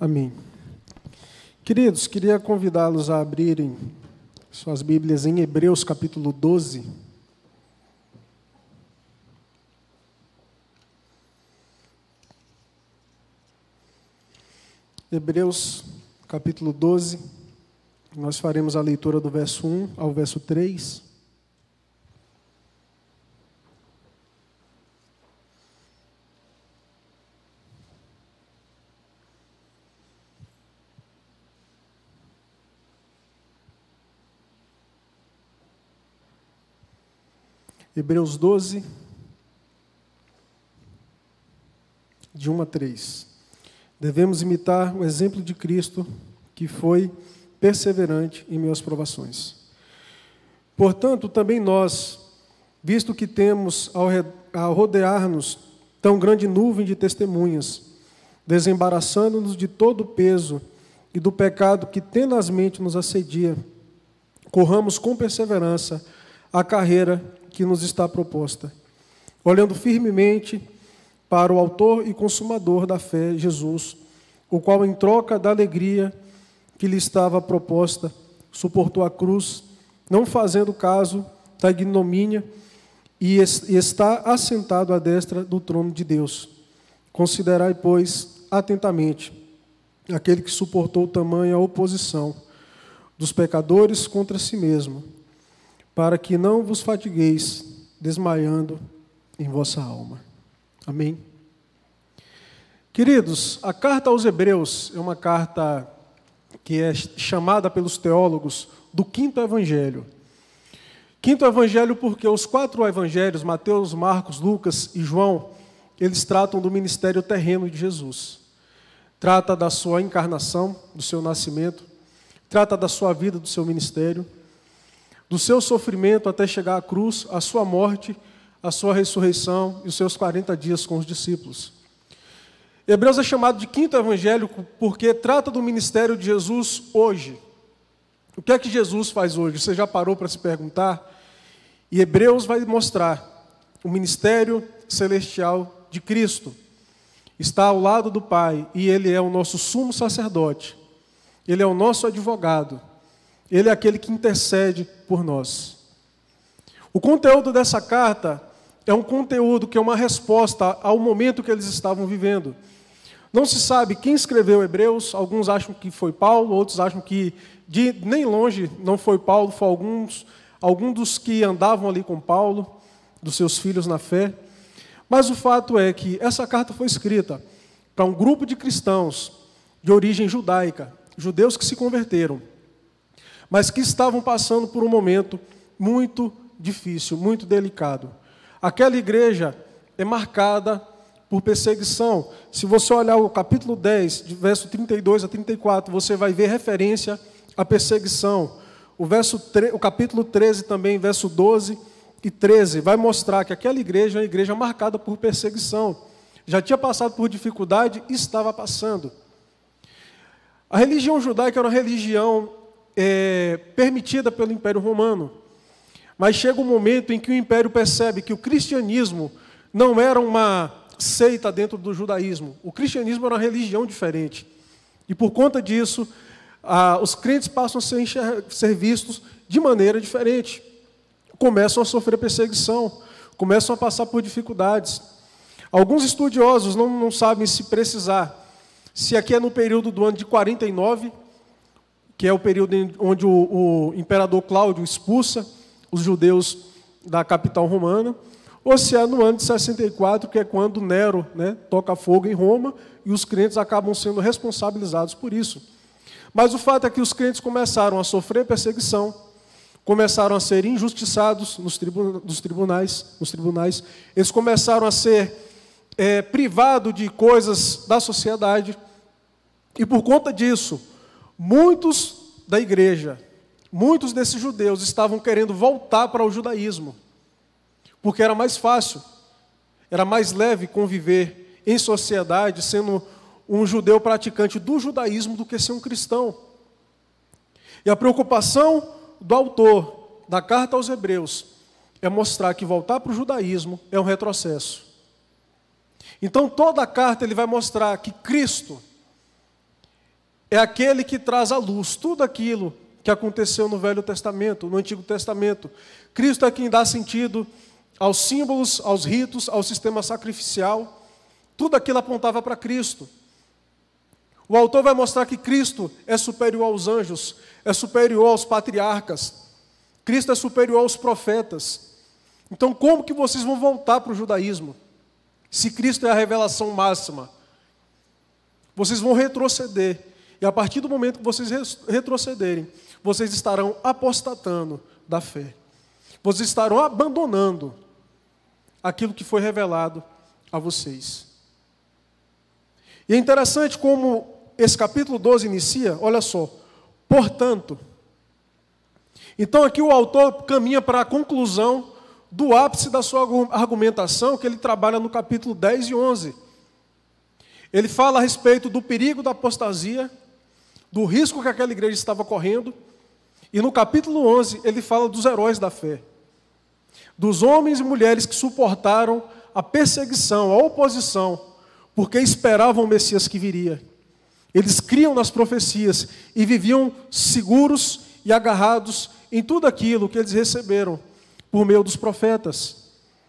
Amém. Queridos, queria convidá-los a abrirem suas Bíblias em Hebreus capítulo 12. Hebreus capítulo 12, nós faremos a leitura do verso 1 ao verso 3. Hebreus 12, de 1 a 3. Devemos imitar o exemplo de Cristo, que foi perseverante em meus provações. Portanto, também nós, visto que temos ao rodear-nos tão grande nuvem de testemunhas, desembaraçando-nos de todo o peso e do pecado que tenazmente nos assedia, corramos com perseverança a carreira que nos está proposta, olhando firmemente para o autor e consumador da fé, Jesus, o qual, em troca da alegria que lhe estava proposta, suportou a cruz, não fazendo caso da ignomínia, e está assentado à destra do trono de Deus. Considerai, pois, atentamente aquele que suportou tamanha oposição dos pecadores contra si mesmo, para que não vos fatigueis, desmaiando em vossa alma. Amém? Queridos, a carta aos Hebreus é uma carta que é chamada pelos teólogos do quinto evangelho. Quinto evangelho porque os quatro evangelhos, Mateus, Marcos, Lucas e João, eles tratam do ministério terreno de Jesus. Trata da sua encarnação, do seu nascimento, trata da sua vida, do seu ministério, do seu sofrimento até chegar à cruz, a sua morte, a sua ressurreição e os seus 40 dias com os discípulos. Hebreus é chamado de quinto evangelho porque trata do ministério de Jesus hoje. O que é que Jesus faz hoje? Você já parou para se perguntar? E Hebreus vai mostrar o ministério celestial de Cristo. Está ao lado do Pai e Ele é o nosso sumo sacerdote. Ele é o nosso advogado. Ele é aquele que intercede por nós. O conteúdo dessa carta é um conteúdo que é uma resposta ao momento que eles estavam vivendo. Não se sabe quem escreveu Hebreus, alguns acham que foi Paulo, outros acham que nem longe não foi Paulo, foi alguns dos que andavam ali com Paulo, dos seus filhos na fé. Mas o fato é que essa carta foi escrita para um grupo de cristãos de origem judaica, judeus que se converteram, mas que estavam passando por um momento muito difícil, muito delicado. Aquela igreja é marcada por perseguição. Se você olhar o capítulo 10, de verso 32 a 34, você vai ver referência à perseguição. O capítulo 13 também, verso 12 e 13, vai mostrar que aquela igreja é uma igreja marcada por perseguição. Já tinha passado por dificuldade e estava passando. A religião judaica era uma religião permitida pelo Império Romano. Mas chega um momento em que o Império percebe que o cristianismo não era uma seita dentro do judaísmo. O cristianismo era uma religião diferente. E por conta disso, os crentes passam a ser vistos de maneira diferente. Começam a sofrer perseguição, começam a passar por dificuldades. Alguns estudiosos não sabem se precisar, se aqui é no período do ano de 49, que é o período onde o imperador Cláudio expulsa os judeus da capital romana, ou se é no ano de 64, que é quando Nero, toca fogo em Roma, e os crentes acabam sendo responsabilizados por isso. Mas o fato é que os crentes começaram a sofrer perseguição, começaram a ser injustiçados nos tribunais, eles começaram a ser privados de coisas da sociedade, e por conta disso, muitos da igreja, muitos desses judeus estavam querendo voltar para o judaísmo, porque era mais fácil, era mais leve conviver em sociedade sendo um judeu praticante do judaísmo do que ser um cristão. E a preocupação do autor da carta aos Hebreus é mostrar que voltar para o judaísmo é um retrocesso. Então, toda a carta ele vai mostrar que Cristo é aquele que traz à luz tudo aquilo que aconteceu no Velho Testamento, no Antigo Testamento. Cristo é quem dá sentido aos símbolos, aos ritos, ao sistema sacrificial. Tudo aquilo apontava para Cristo. O autor vai mostrar que Cristo é superior aos anjos, é superior aos patriarcas. Cristo é superior aos profetas. Então, como que vocês vão voltar para o judaísmo? Se Cristo é a revelação máxima. Vocês vão retroceder. E a partir do momento que vocês retrocederem, vocês estarão apostatando da fé. Vocês estarão abandonando aquilo que foi revelado a vocês. E é interessante como esse capítulo 12 inicia, olha só, portanto. Então aqui o autor caminha para a conclusão do ápice da sua argumentação, que ele trabalha no capítulo 10 e 11. Ele fala a respeito do perigo da apostasia, do risco que aquela igreja estava correndo, e no capítulo 11 ele fala dos heróis da fé, dos homens e mulheres que suportaram a perseguição, a oposição, porque esperavam o Messias que viria. Eles criam nas profecias e viviam seguros e agarrados em tudo aquilo que eles receberam por meio dos profetas.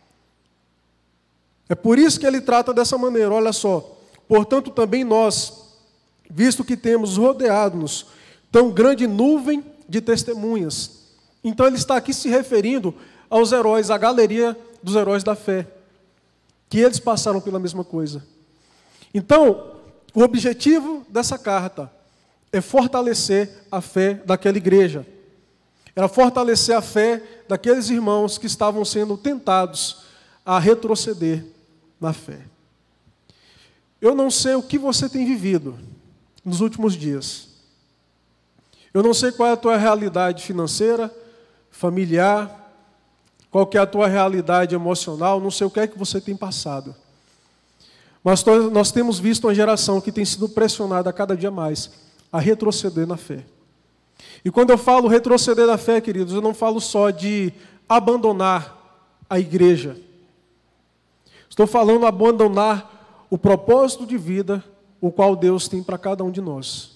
É por isso que ele trata dessa maneira, olha só. Portanto, também nós, visto que temos rodeado-nos tão grande nuvem de testemunhas. Então ele está aqui se referindo aos heróis, à galeria dos heróis da fé, que eles passaram pela mesma coisa. Então, o objetivo dessa carta é fortalecer a fé daquela igreja. Era fortalecer a fé daqueles irmãos que estavam sendo tentados a retroceder na fé. Eu não sei o que você tem vivido nos últimos dias. Eu não sei qual é a tua realidade financeira, familiar, qual que é a tua realidade emocional, não sei o que é que você tem passado. Mas nós temos visto uma geração que tem sido pressionada a cada dia mais a retroceder na fé. E quando eu falo retroceder na fé, queridos, eu não falo só de abandonar a igreja. Estou falando abandonar o propósito de vida o qual Deus tem para cada um de nós.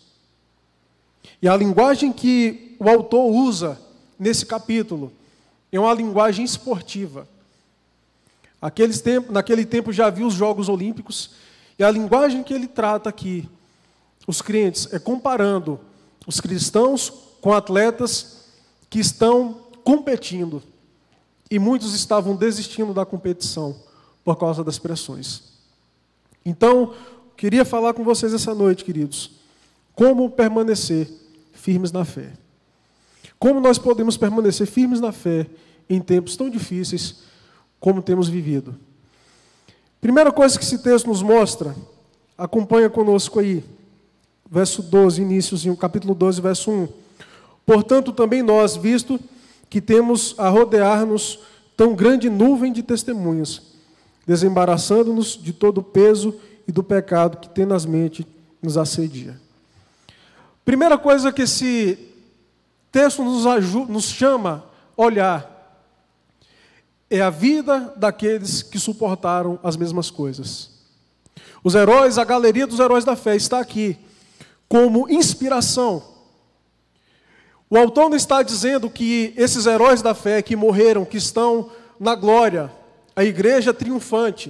E a linguagem que o autor usa nesse capítulo é uma linguagem esportiva. Naquele tempo já havia os Jogos Olímpicos, e a linguagem que ele trata aqui, os crentes, é comparando os cristãos com atletas que estão competindo. E muitos estavam desistindo da competição por causa das pressões. Então, queria falar com vocês essa noite, queridos, como permanecer firmes na fé. Como nós podemos permanecer firmes na fé em tempos tão difíceis como temos vivido. Primeira coisa que esse texto nos mostra, acompanha conosco aí, verso 12, iníciozinho, capítulo 12, verso 1. Portanto, também nós, visto que temos a rodear-nos tão grande nuvem de testemunhas, desembaraçando-nos de todo o peso e do pecado que tenazmente nos assedia. Primeira coisa que esse texto nos chama a olhar é a vida daqueles que suportaram as mesmas coisas. Os heróis, a galeria dos heróis da fé está aqui como inspiração. O autor não está dizendo que esses heróis da fé que morreram, que estão na glória, a igreja triunfante,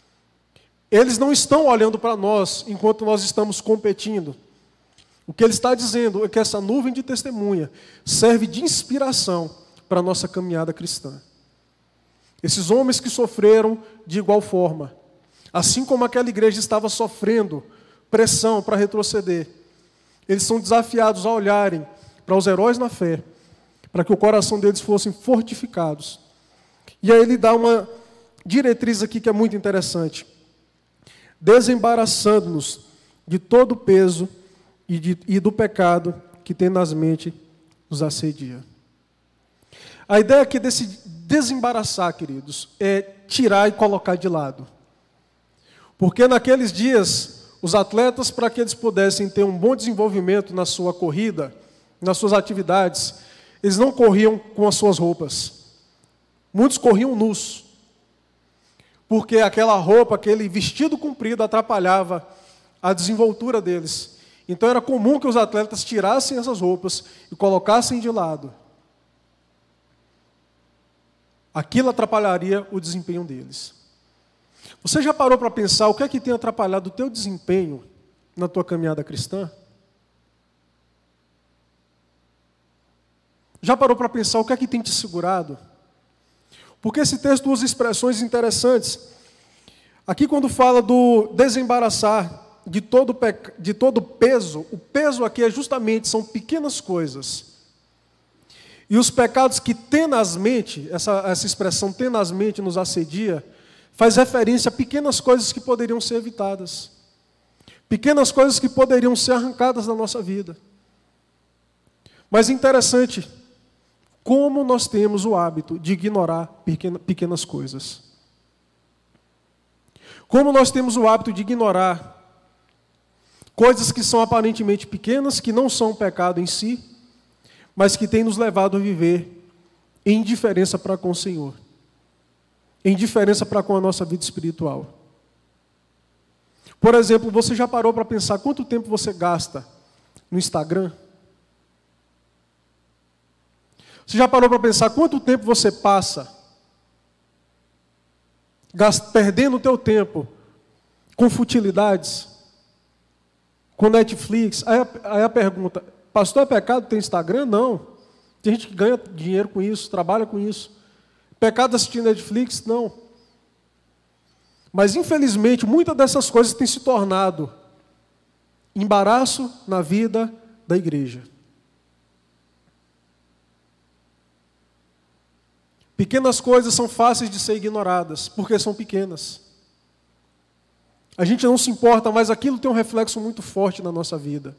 eles não estão olhando para nós enquanto nós estamos competindo. O que ele está dizendo é que essa nuvem de testemunha serve de inspiração para a nossa caminhada cristã. Esses homens que sofreram de igual forma, assim como aquela igreja estava sofrendo pressão para retroceder, eles são desafiados a olharem para os heróis na fé, para que o coração deles fossem fortificados. E aí ele dá uma diretriz aqui que é muito interessante. Desembaraçando-nos de todo o peso e do pecado que tenazmente nos assedia. A ideia aqui desse desembaraçar, queridos, é tirar e colocar de lado. Porque naqueles dias, os atletas, para que eles pudessem ter um bom desenvolvimento na sua corrida, nas suas atividades, eles não corriam com as suas roupas. Muitos corriam nus. Porque aquela roupa, aquele vestido comprido atrapalhava a desenvoltura deles. Então era comum que os atletas tirassem essas roupas e colocassem de lado. Aquilo atrapalharia o desempenho deles. Você já parou para pensar o que é que tem atrapalhado o teu desempenho na tua caminhada cristã? Já parou para pensar o que é que tem te segurado? Porque esse texto usa expressões interessantes. Aqui quando fala do desembaraçar de todo peso, o peso aqui é justamente, são pequenas coisas. E os pecados que tenazmente, essa expressão tenazmente nos assedia, faz referência a pequenas coisas que poderiam ser evitadas. Pequenas coisas que poderiam ser arrancadas da nossa vida. Mas interessante, como nós temos o hábito de ignorar pequenas coisas. Como nós temos o hábito de ignorar coisas que são aparentemente pequenas, que não são um pecado em si, mas que têm nos levado a viver em indiferença para com o Senhor. Em indiferença para com a nossa vida espiritual. Por exemplo, você já parou para pensar quanto tempo você gasta no Instagram? Você já parou para pensar quanto tempo você passa perdendo o teu tempo com futilidades, com Netflix? Aí a pergunta, pastor, é pecado ter Instagram? Não. Tem gente que ganha dinheiro com isso, trabalha com isso. Pecado assistir Netflix? Não. Mas, infelizmente, muitas dessas coisas têm se tornado embaraço na vida da igreja. Pequenas coisas são fáceis de ser ignoradas, porque são pequenas. A gente não se importa, mas aquilo tem um reflexo muito forte na nossa vida.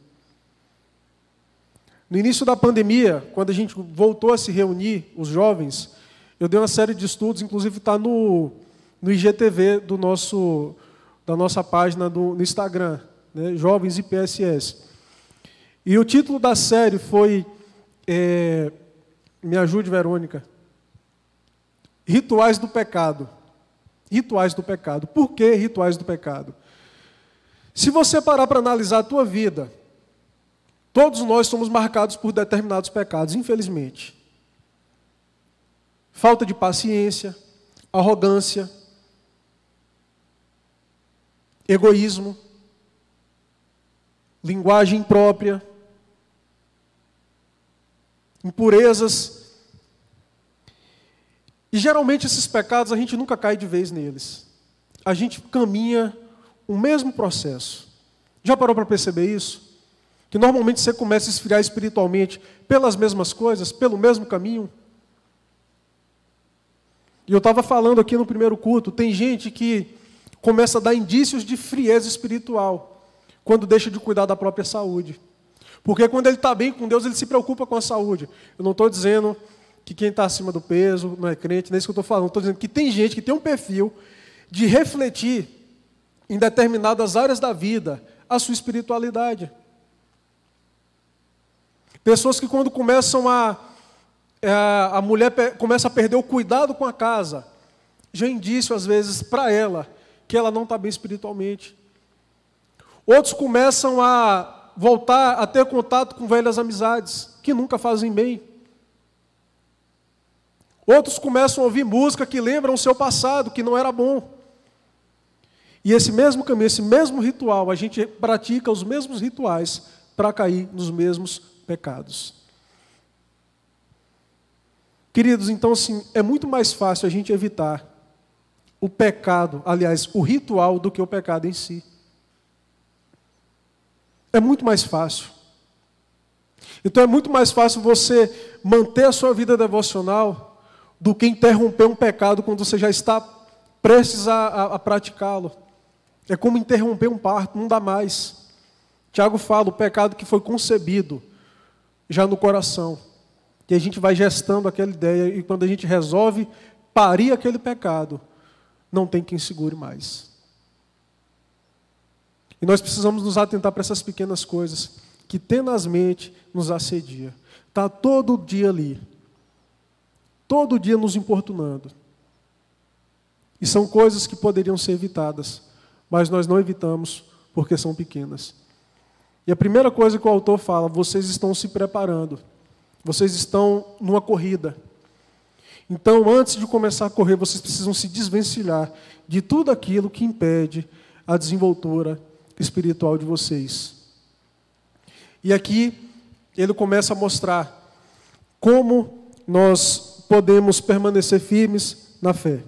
No início da pandemia, quando a gente voltou a se reunir, os jovens, eu dei uma série de estudos, inclusive está no IGTV da nossa página no Instagram, né, Jovens IPSS. E o título da série foi, me ajude, Verônica, Rituais do Pecado. Rituais do pecado. Por que rituais do pecado? Se você parar para analisar a tua vida, todos nós somos marcados por determinados pecados, infelizmente. Falta de paciência, arrogância, egoísmo, linguagem imprópria, impurezas. E geralmente esses pecados a gente nunca cai de vez neles. A gente caminha o mesmo processo. Já parou para perceber isso? Que normalmente você começa a esfriar espiritualmente pelas mesmas coisas, pelo mesmo caminho. E eu estava falando aqui no primeiro culto, tem gente que começa a dar indícios de frieza espiritual quando deixa de cuidar da própria saúde. Porque quando ele está bem com Deus, ele se preocupa com a saúde. Eu não estou dizendo que quem está acima do peso não é crente, não é isso que eu estou falando. Estou dizendo que tem gente que tem um perfil de refletir em determinadas áreas da vida a sua espiritualidade. Pessoas que quando começam a mulher começa a perder o cuidado com a casa, já é indício às vezes para ela que ela não está bem espiritualmente. Outros começam a voltar a ter contato com velhas amizades que nunca fazem bem. Outros começam a ouvir música que lembram o seu passado, que não era bom. E esse mesmo caminho, esse mesmo ritual, a gente pratica os mesmos rituais para cair nos mesmos pecados. Queridos, então assim, é muito mais fácil a gente evitar o pecado, aliás, o ritual, do que o pecado em si. É muito mais fácil. Então é muito mais fácil você manter a sua vida devocional do que interromper um pecado quando você já está prestes a praticá-lo. É como interromper um parto, não dá mais. Tiago fala, o pecado que foi concebido já no coração. E a gente vai gestando aquela ideia, e quando a gente resolve parir aquele pecado, não tem quem segure mais. E nós precisamos nos atentar para essas pequenas coisas que tenazmente nos assedia. Está todo dia ali. Todo dia nos importunando. E são coisas que poderiam ser evitadas, mas nós não evitamos porque são pequenas. E a primeira coisa que o autor fala, vocês estão se preparando. Vocês estão numa corrida. Então, antes de começar a correr, vocês precisam se desvencilhar de tudo aquilo que impede a desenvoltura espiritual de vocês. E aqui, ele começa a mostrar como nós podemos permanecer firmes na fé.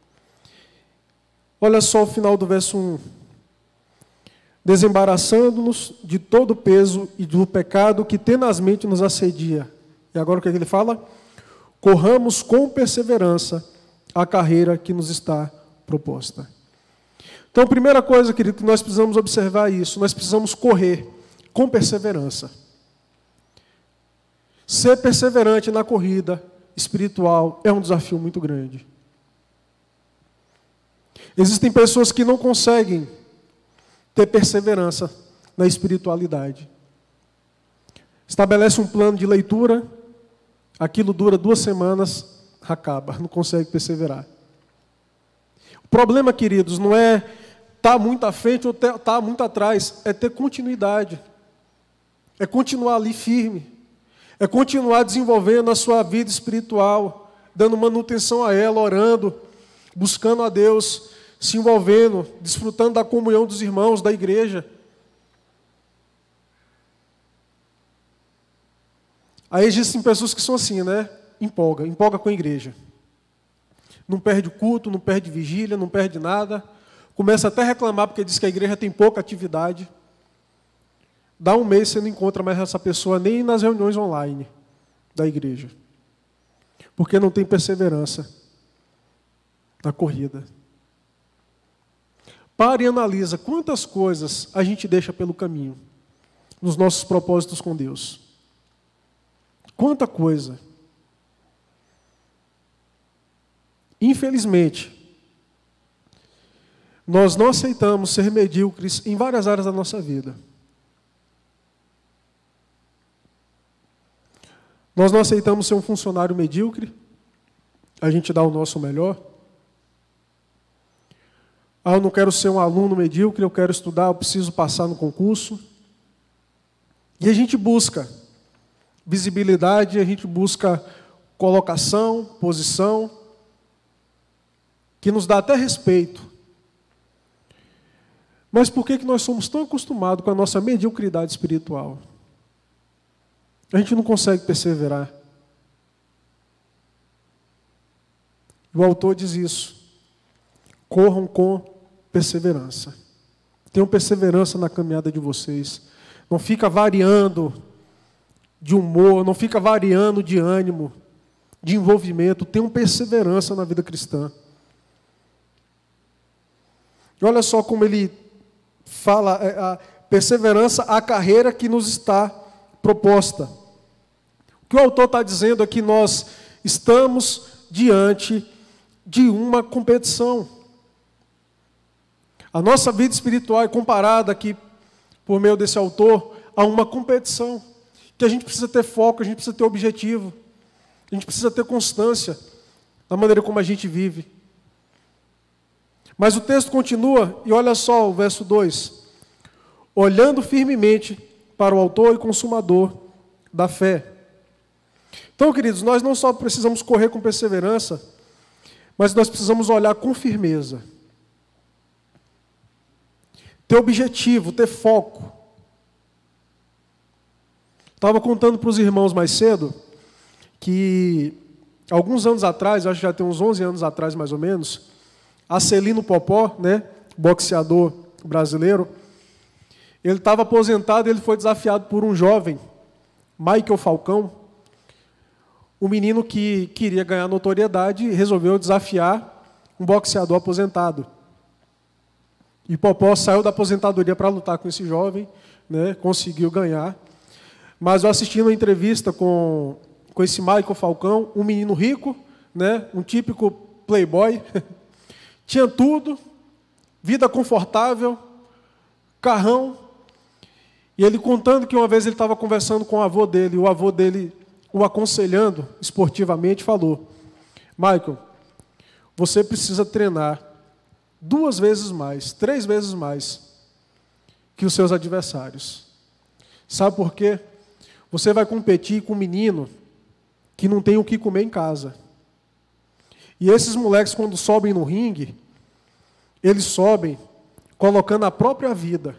Olha só o final do verso 1. Desembaraçando-nos de todo o peso e do pecado que tenazmente nos assedia. E agora o que ele fala? Corramos com perseverança a carreira que nos está proposta. Então, a primeira coisa, querido, que nós precisamos observar isso. Nós precisamos correr com perseverança. Ser perseverante na corrida espiritual é um desafio muito grande. Existem pessoas que não conseguem ter perseverança na espiritualidade. Estabelece um plano de leitura, aquilo dura 2 semanas, acaba, não consegue perseverar. O problema, queridos, não é estar muito à frente ou estar muito atrás, é ter continuidade. É continuar ali firme. É continuar desenvolvendo a sua vida espiritual, dando manutenção a ela, orando, buscando a Deus, se envolvendo, desfrutando da comunhão dos irmãos, da igreja. Aí existem pessoas que são assim, né? Empolga com a igreja. Não perde culto, não perde vigília, não perde nada. Começa até a reclamar porque diz que a igreja tem pouca atividade. Dá um mês você não encontra mais essa pessoa nem nas reuniões online da igreja. Porque não tem perseverança na corrida. Pare e analisa quantas coisas a gente deixa pelo caminho nos nossos propósitos com Deus. Quanta coisa. Infelizmente, nós não aceitamos ser medíocres em várias áreas da nossa vida. Nós não aceitamos ser um funcionário medíocre, a gente dá o nosso melhor. Eu não quero ser um aluno medíocre, eu quero estudar, eu preciso passar no concurso. E a gente busca visibilidade, a gente busca colocação, posição, que nos dá até respeito. Mas por que nós somos tão acostumados com a nossa mediocridade espiritual? A gente não consegue perseverar. O autor diz isso. Corram com perseverança. Tenham perseverança na caminhada de vocês. Não fica variando de humor, não fica variando de ânimo, de envolvimento. Tenham perseverança na vida cristã. E olha só como ele fala, a perseverança, a carreira que nos está proposta. O que o autor está dizendo é que nós estamos diante de uma competição. A nossa vida espiritual é comparada aqui, por meio desse autor, a uma competição. Que a gente precisa ter foco, a gente precisa ter objetivo, a gente precisa ter constância na maneira como a gente vive. Mas o texto continua, e olha só o verso 2. Olhando firmemente para o autor e consumador da fé. Então, queridos, nós não só precisamos correr com perseverança, mas nós precisamos olhar com firmeza. Ter objetivo, ter foco. Estava contando para os irmãos mais cedo que, alguns anos atrás, acho que já tem uns 11 anos atrás mais ou menos, Acelino Popó, né, boxeador brasileiro, ele estava aposentado e ele foi desafiado por um jovem, Michael Falcão, um menino que queria ganhar notoriedade e resolveu desafiar um boxeador aposentado. E Popó saiu da aposentadoria para lutar com esse jovem, né, conseguiu ganhar. Mas eu assisti uma entrevista com esse Michael Falcão, um menino rico, né, um típico playboy, tinha tudo, vida confortável, carrão. E ele contando que uma vez ele estava conversando com o avô dele, e o avô dele, o aconselhando esportivamente, falou: Michael, você precisa treinar 2 vezes mais, 3 vezes mais que os seus adversários. Sabe por quê? Você vai competir com um menino que não tem o que comer em casa. E esses moleques, quando sobem no ringue, eles sobem colocando a própria vida.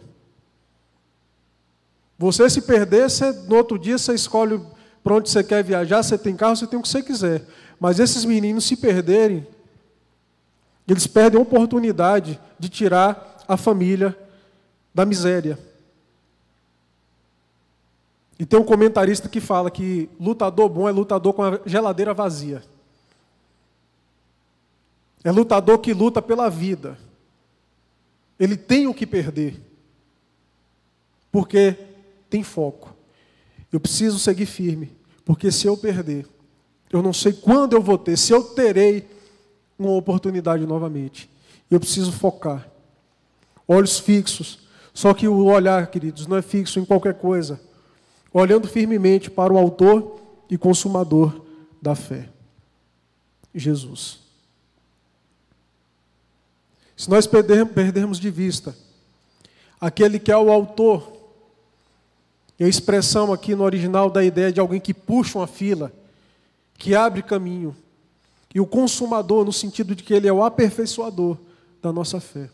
Você se perder, no outro dia você escolhe para onde você quer viajar, você tem carro, você tem o que você quiser. Mas esses meninos se perderem, eles perdem a oportunidade de tirar a família da miséria. E tem um comentarista que fala que lutador bom é lutador com a geladeira vazia. É lutador que luta pela vida. Ele tem o que perder. Porque tem foco. Eu preciso seguir firme. Porque se eu perder, eu não sei quando eu vou ter, se eu terei uma oportunidade novamente. Eu preciso focar. Olhos fixos. Só que o olhar, queridos, não é fixo em qualquer coisa. Olhando firmemente para o autor e consumador da fé. Jesus. Se nós perdermos de vista aquele que é o autor, e a expressão aqui no original da ideia de alguém que puxa uma fila, que abre caminho, e o consumador no sentido de que ele é o aperfeiçoador da nossa fé.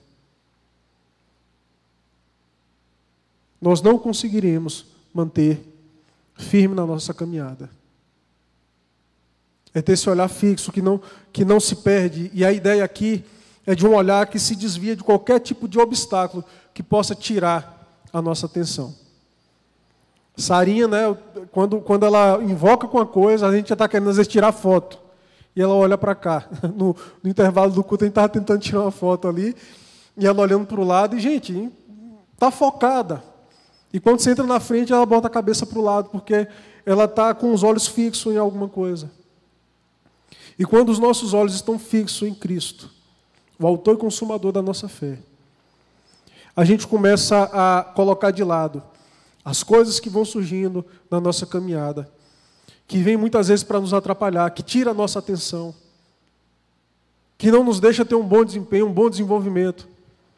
Nós não conseguiremos manter firme na nossa caminhada. É ter esse olhar fixo que não se perde, e a ideia aqui é de um olhar que se desvia de qualquer tipo de obstáculo que possa tirar a nossa atenção. Sarinha, né, quando ela invoca com a coisa, a gente já está querendo às vezes tirar foto. E ela olha para cá. No intervalo do culto, a gente estava tentando tirar uma foto ali, e ela olhando para o lado, e, gente, está focada. E quando você entra na frente, ela bota a cabeça para o lado, porque ela está com os olhos fixos em alguma coisa. E quando os nossos olhos estão fixos em Cristo, o autor e consumador da nossa fé, a gente começa a colocar de lado as coisas que vão surgindo na nossa caminhada, que vêm muitas vezes para nos atrapalhar, que tira a nossa atenção, que não nos deixa ter um bom desempenho, um bom desenvolvimento.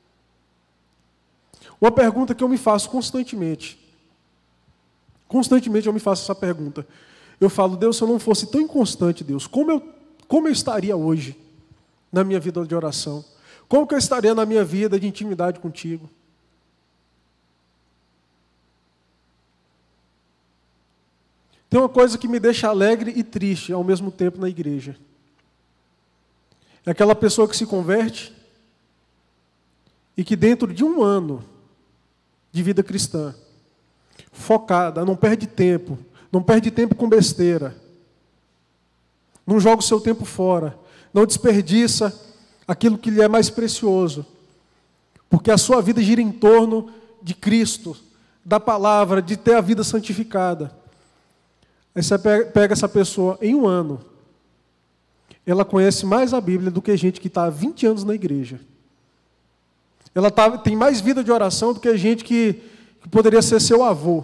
Uma pergunta que eu me faço constantemente eu me faço essa pergunta. Eu falo, Deus, se eu não fosse tão inconstante, Deus, como eu estaria hoje na minha vida de oração? Como que eu estaria na minha vida de intimidade contigo? Tem uma coisa que me deixa alegre e triste ao mesmo tempo na igreja. É aquela pessoa que se converte e que dentro de um ano de vida cristã, focada, não perde tempo com besteira, não joga o seu tempo fora, não desperdiça aquilo que lhe é mais precioso, porque a sua vida gira em torno de Cristo, da palavra, de ter a vida santificada. Aí você pega essa pessoa em um ano, ela conhece mais a Bíblia do que gente que está há 20 anos na igreja. Ela tem mais vida de oração do que gente que poderia ser seu avô.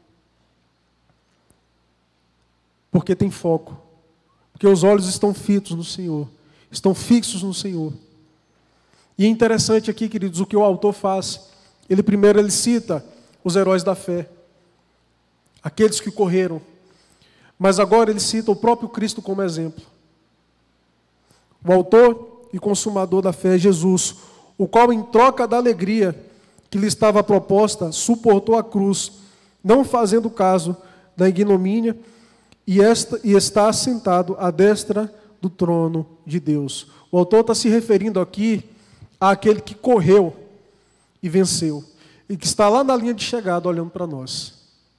Porque tem foco. Porque os olhos estão fitos no Senhor. Estão fixos no Senhor. E é interessante aqui, queridos, o que o autor faz. Primeiro ele cita os heróis da fé. Aqueles que correram. Mas agora ele cita o próprio Cristo como exemplo. O autor e consumador da fé é Jesus, o qual, em troca da alegria que lhe estava proposta, suportou a cruz, não fazendo caso da ignomínia, e está assentado à destra do trono de Deus. O autor está se referindo aqui àquele que correu e venceu, e que está lá na linha de chegada olhando para nós.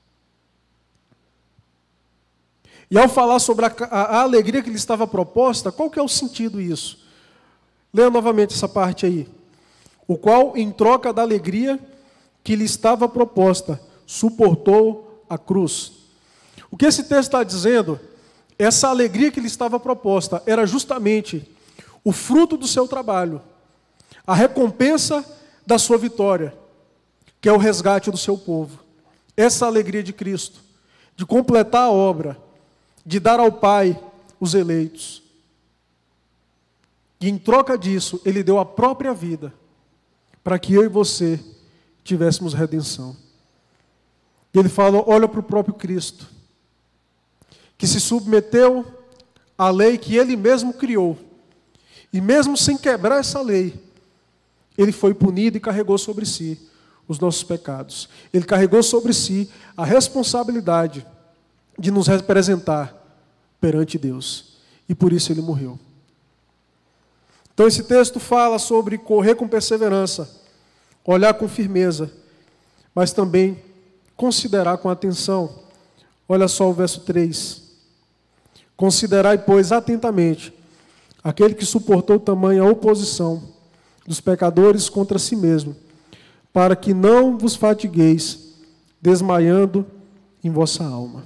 E ao falar sobre a alegria que lhe estava proposta, qual que é o sentido disso? Leia novamente essa parte aí. O qual, em troca da alegria que lhe estava proposta, suportou a cruz. O que esse texto está dizendo, essa alegria que lhe estava proposta, era justamente o fruto do seu trabalho, a recompensa da sua vitória, que é o resgate do seu povo. Essa alegria de Cristo, de completar a obra, de dar ao Pai os eleitos. E em troca disso, Ele deu a própria vida, para que eu e você tivéssemos redenção. E ele fala, olha para o próprio Cristo, que se submeteu à lei que ele mesmo criou. E mesmo sem quebrar essa lei, ele foi punido e carregou sobre si os nossos pecados. Ele carregou sobre si a responsabilidade de nos representar perante Deus. E por isso ele morreu. Então esse texto fala sobre correr com perseverança, olhar com firmeza, mas também considerar com atenção. Olha só o verso 3. Considerai, pois, atentamente aquele que suportou tamanha oposição dos pecadores contra si mesmo, para que não vos fatigueis, desmaiando em vossa alma.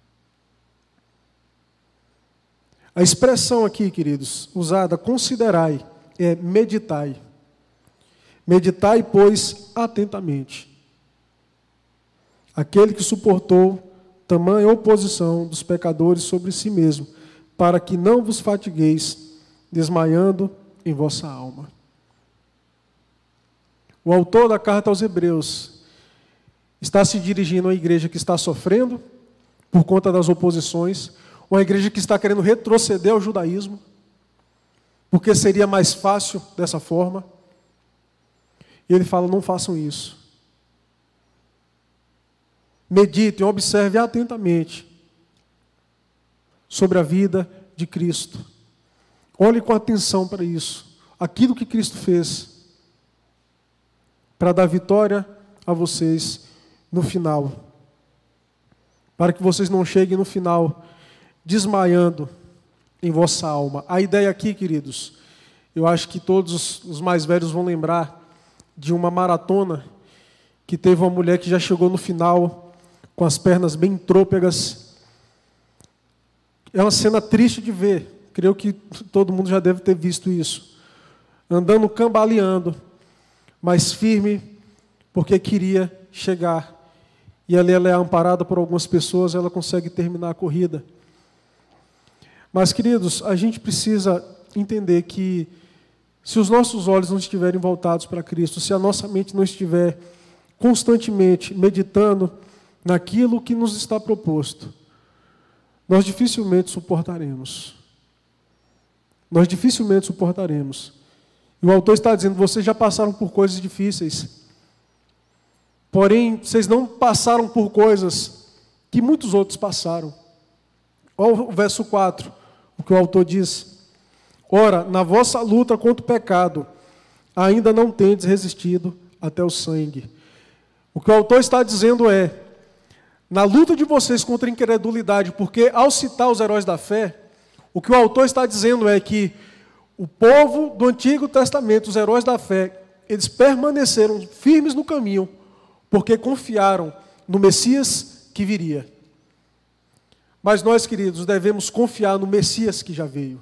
A expressão aqui, queridos, usada, considerai, é meditai. Meditai, pois, atentamente. Aquele que suportou tamanha oposição dos pecadores sobre si mesmo, para que não vos fatigueis, desmaiando em vossa alma. O autor da carta aos Hebreus está se dirigindo a uma igreja que está sofrendo por conta das oposições, uma igreja que está querendo retroceder ao judaísmo, porque seria mais fácil dessa forma. E ele fala, não façam isso. Meditem, observem atentamente sobre a vida de Cristo. Olhem com atenção para isso. Aquilo que Cristo fez para dar vitória a vocês no final. Para que vocês não cheguem no final desmaiando em vossa alma. A ideia aqui, queridos, eu acho que todos os mais velhos vão lembrar de uma maratona que teve uma mulher que já chegou no final com as pernas bem trôpegas. É uma cena triste de ver. Creio que todo mundo já deve ter visto isso. Andando cambaleando, mas firme, porque queria chegar. E ali ela é amparada por algumas pessoas, ela consegue terminar a corrida. Mas, queridos, a gente precisa entender que se os nossos olhos não estiverem voltados para Cristo, se a nossa mente não estiver constantemente meditando naquilo que nos está proposto, nós dificilmente suportaremos. Nós dificilmente suportaremos. E o autor está dizendo, vocês já passaram por coisas difíceis. Porém, vocês não passaram por coisas que muitos outros passaram. Olha o verso 4, o que o autor diz. Ora, na vossa luta contra o pecado, ainda não tendes resistido até o sangue. O que o autor está dizendo é, na luta de vocês contra a incredulidade, porque ao citar os heróis da fé, o que o autor está dizendo é que o povo do Antigo Testamento, os heróis da fé, eles permaneceram firmes no caminho, porque confiaram no Messias que viria. Mas nós, queridos, devemos confiar no Messias que já veio.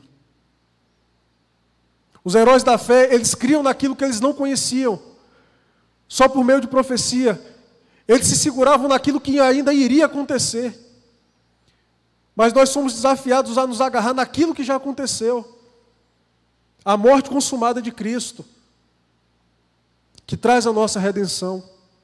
Os heróis da fé, eles criam naquilo que eles não conheciam. Só por meio de profecia. Eles se seguravam naquilo que ainda iria acontecer. Mas nós somos desafiados a nos agarrar naquilo que já aconteceu. A morte consumada de Cristo, que traz a nossa redenção.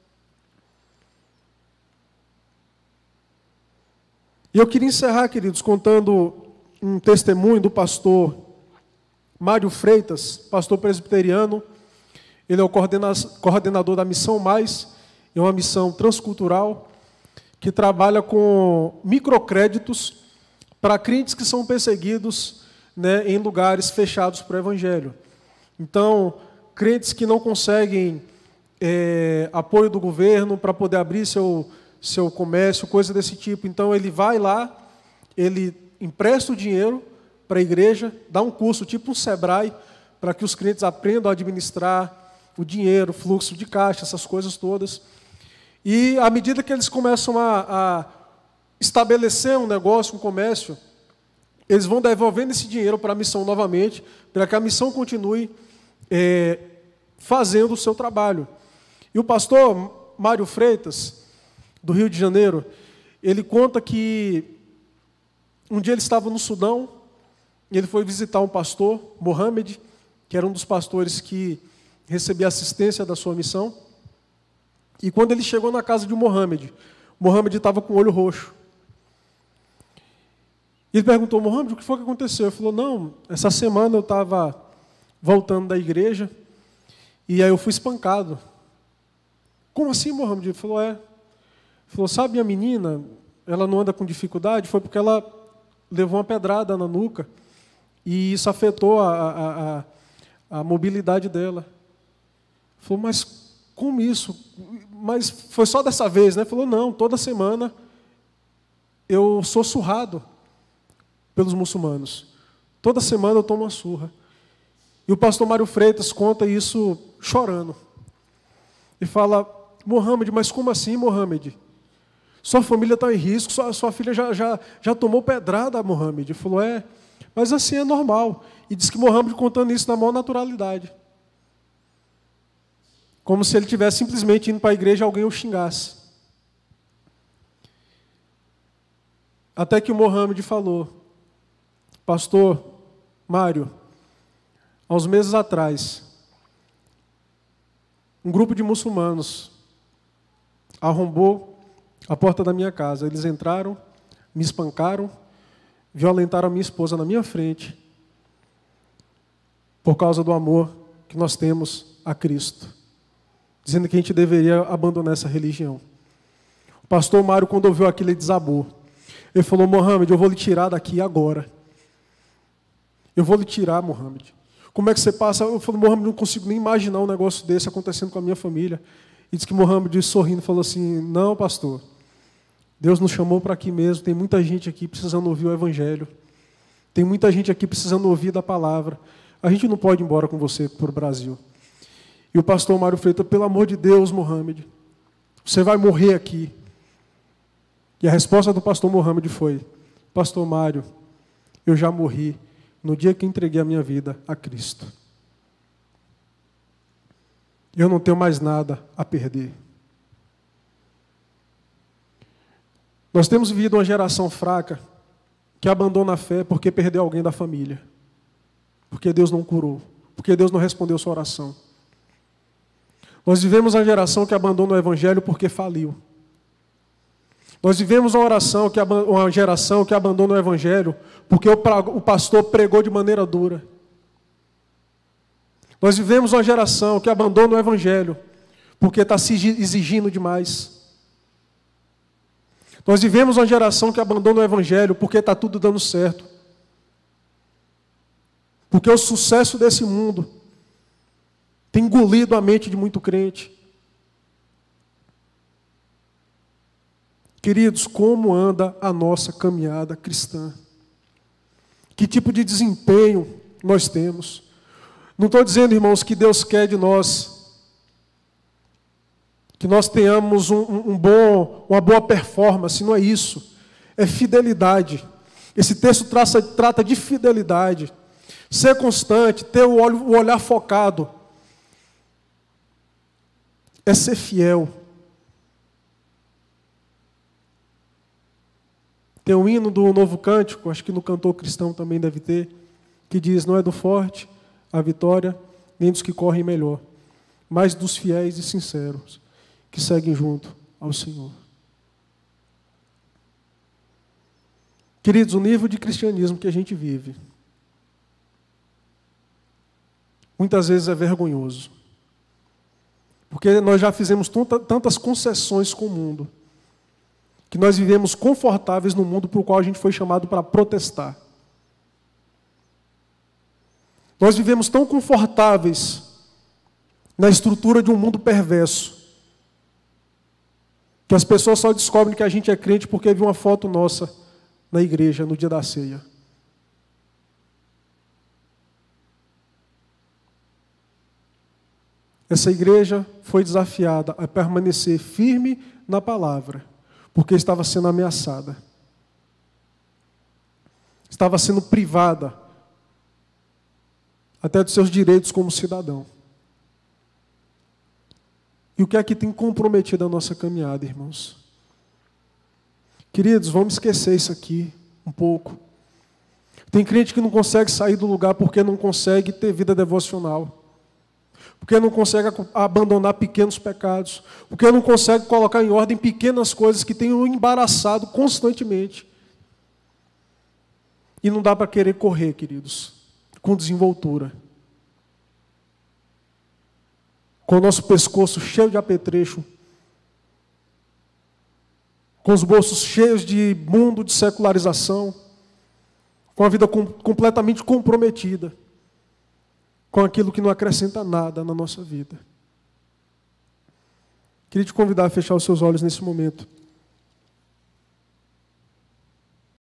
E eu queria encerrar, queridos, contando um testemunho do pastor Mário Freitas, pastor presbiteriano. Ele é o coordenador da Missão Mais, é uma missão transcultural que trabalha com microcréditos para crentes que são perseguidos, né, em lugares fechados para o Evangelho. Então, crentes que não conseguem apoio do governo para poder abrir seu comércio, coisa desse tipo. Então, ele vai lá, ele empresta o dinheiro para a igreja, dá um curso tipo um Sebrae, para que os crentes aprendam a administrar o dinheiro, o fluxo de caixa, essas coisas todas. E, à medida que eles começam a estabelecer um negócio, um comércio, eles vão devolvendo esse dinheiro para a missão novamente, para que a missão continue fazendo o seu trabalho. E o pastor Mário Freitas, do Rio de Janeiro, ele conta que um dia ele estava no Sudão, e ele foi visitar um pastor, Mohamed, que era um dos pastores que recebia assistência da sua missão. E quando ele chegou na casa de Mohamed, Mohamed estava com o olho roxo. Ele perguntou, Mohamed, o que foi que aconteceu? Ele falou, não, essa semana eu estava voltando da igreja e aí eu fui espancado. Como assim, Mohamed? Ele falou, Ele falou, sabe a menina, ela não anda com dificuldade, foi porque ela levou uma pedrada na nuca e isso afetou a mobilidade dela. Ele falou, mas como isso? Mas foi só dessa vez, né? Ele falou, não, toda semana eu sou surrado pelos muçulmanos. Toda semana eu tomo uma surra. E o pastor Mário Freitas conta isso chorando. E fala, Mohamed, mas como assim, Mohamed? Sua família está em risco, sua filha já tomou pedrada, Mohamed. Ele falou, mas assim é normal. E diz que Mohamed contando isso na maior naturalidade. Como se ele tivesse simplesmente indo para a igreja e alguém o xingasse. Até que o Mohamed falou, pastor Mário, há uns meses atrás, um grupo de muçulmanos arrombou a porta da minha casa. Eles entraram, me espancaram, violentaram a minha esposa na minha frente, por causa do amor que nós temos a Cristo, dizendo que a gente deveria abandonar essa religião. O pastor Mário, quando ouviu aquilo, ele desabou. Ele falou, Mohamed, eu vou lhe tirar daqui agora. Eu vou lhe tirar, Mohamed. Como é que você passa? Eu falei, Mohamed, não consigo nem imaginar um negócio desse acontecendo com a minha família. E disse que Mohamed, sorrindo, falou assim, não, pastor, Deus nos chamou para aqui mesmo, tem muita gente aqui precisando ouvir o Evangelho. Tem muita gente aqui precisando ouvir da palavra. A gente não pode ir embora com você para o Brasil. E o pastor Mário Freitas, pelo amor de Deus, Mohamed, você vai morrer aqui. E a resposta do pastor Mohamed foi, pastor Mário, eu já morri no dia que entreguei a minha vida a Cristo. Eu não tenho mais nada a perder. Nós temos vivido uma geração fraca que abandona a fé porque perdeu alguém da família. Porque Deus não curou. Porque Deus não respondeu sua oração. Nós vivemos uma geração que abandona o Evangelho porque faliu. Nós vivemos uma geração que abandona o Evangelho porque o pastor pregou de maneira dura. Nós vivemos uma geração que abandona o Evangelho porque está se exigindo demais. Nós vivemos uma geração que abandona o Evangelho porque está tudo dando certo. Porque o sucesso desse mundo tem engolido a mente de muito crente. Queridos, como anda a nossa caminhada cristã? Que tipo de desempenho nós temos? Não estou dizendo, irmãos, que Deus quer de nós, que nós tenhamos uma boa performance, não é isso. É fidelidade. Esse texto trata de fidelidade. Ser constante, ter o olhar focado. É ser fiel. Tem um hino do Novo Cântico, acho que no Cantor Cristão também deve ter, que diz, não é do forte a vitória, nem dos que correm melhor, mas dos fiéis e sinceros, que seguem junto ao Senhor. Queridos, o nível de cristianismo que a gente vive, muitas vezes é vergonhoso. Porque nós já fizemos tantas concessões com o mundo, que nós vivemos confortáveis no mundo para o qual a gente foi chamado para protestar. Nós vivemos tão confortáveis na estrutura de um mundo perverso, que as pessoas só descobrem que a gente é crente porque viu uma foto nossa na igreja no dia da ceia. Essa igreja foi desafiada a permanecer firme na palavra, porque estava sendo ameaçada. Estava sendo privada até dos seus direitos como cidadão. E o que é que tem comprometido a nossa caminhada, irmãos? Queridos, vamos esquecer isso aqui um pouco. Tem crente que não consegue sair do lugar porque não consegue ter vida devocional. Porque não consegue abandonar pequenos pecados. Porque não consegue colocar em ordem pequenas coisas que têm o embaraçado constantemente. E não dá para querer correr, queridos, com desenvoltura. Com o nosso pescoço cheio de apetrecho. Com os bolsos cheios de mundo, de secularização. Com a vida completamente comprometida. Com aquilo que não acrescenta nada na nossa vida. Queria te convidar a fechar os seus olhos nesse momento.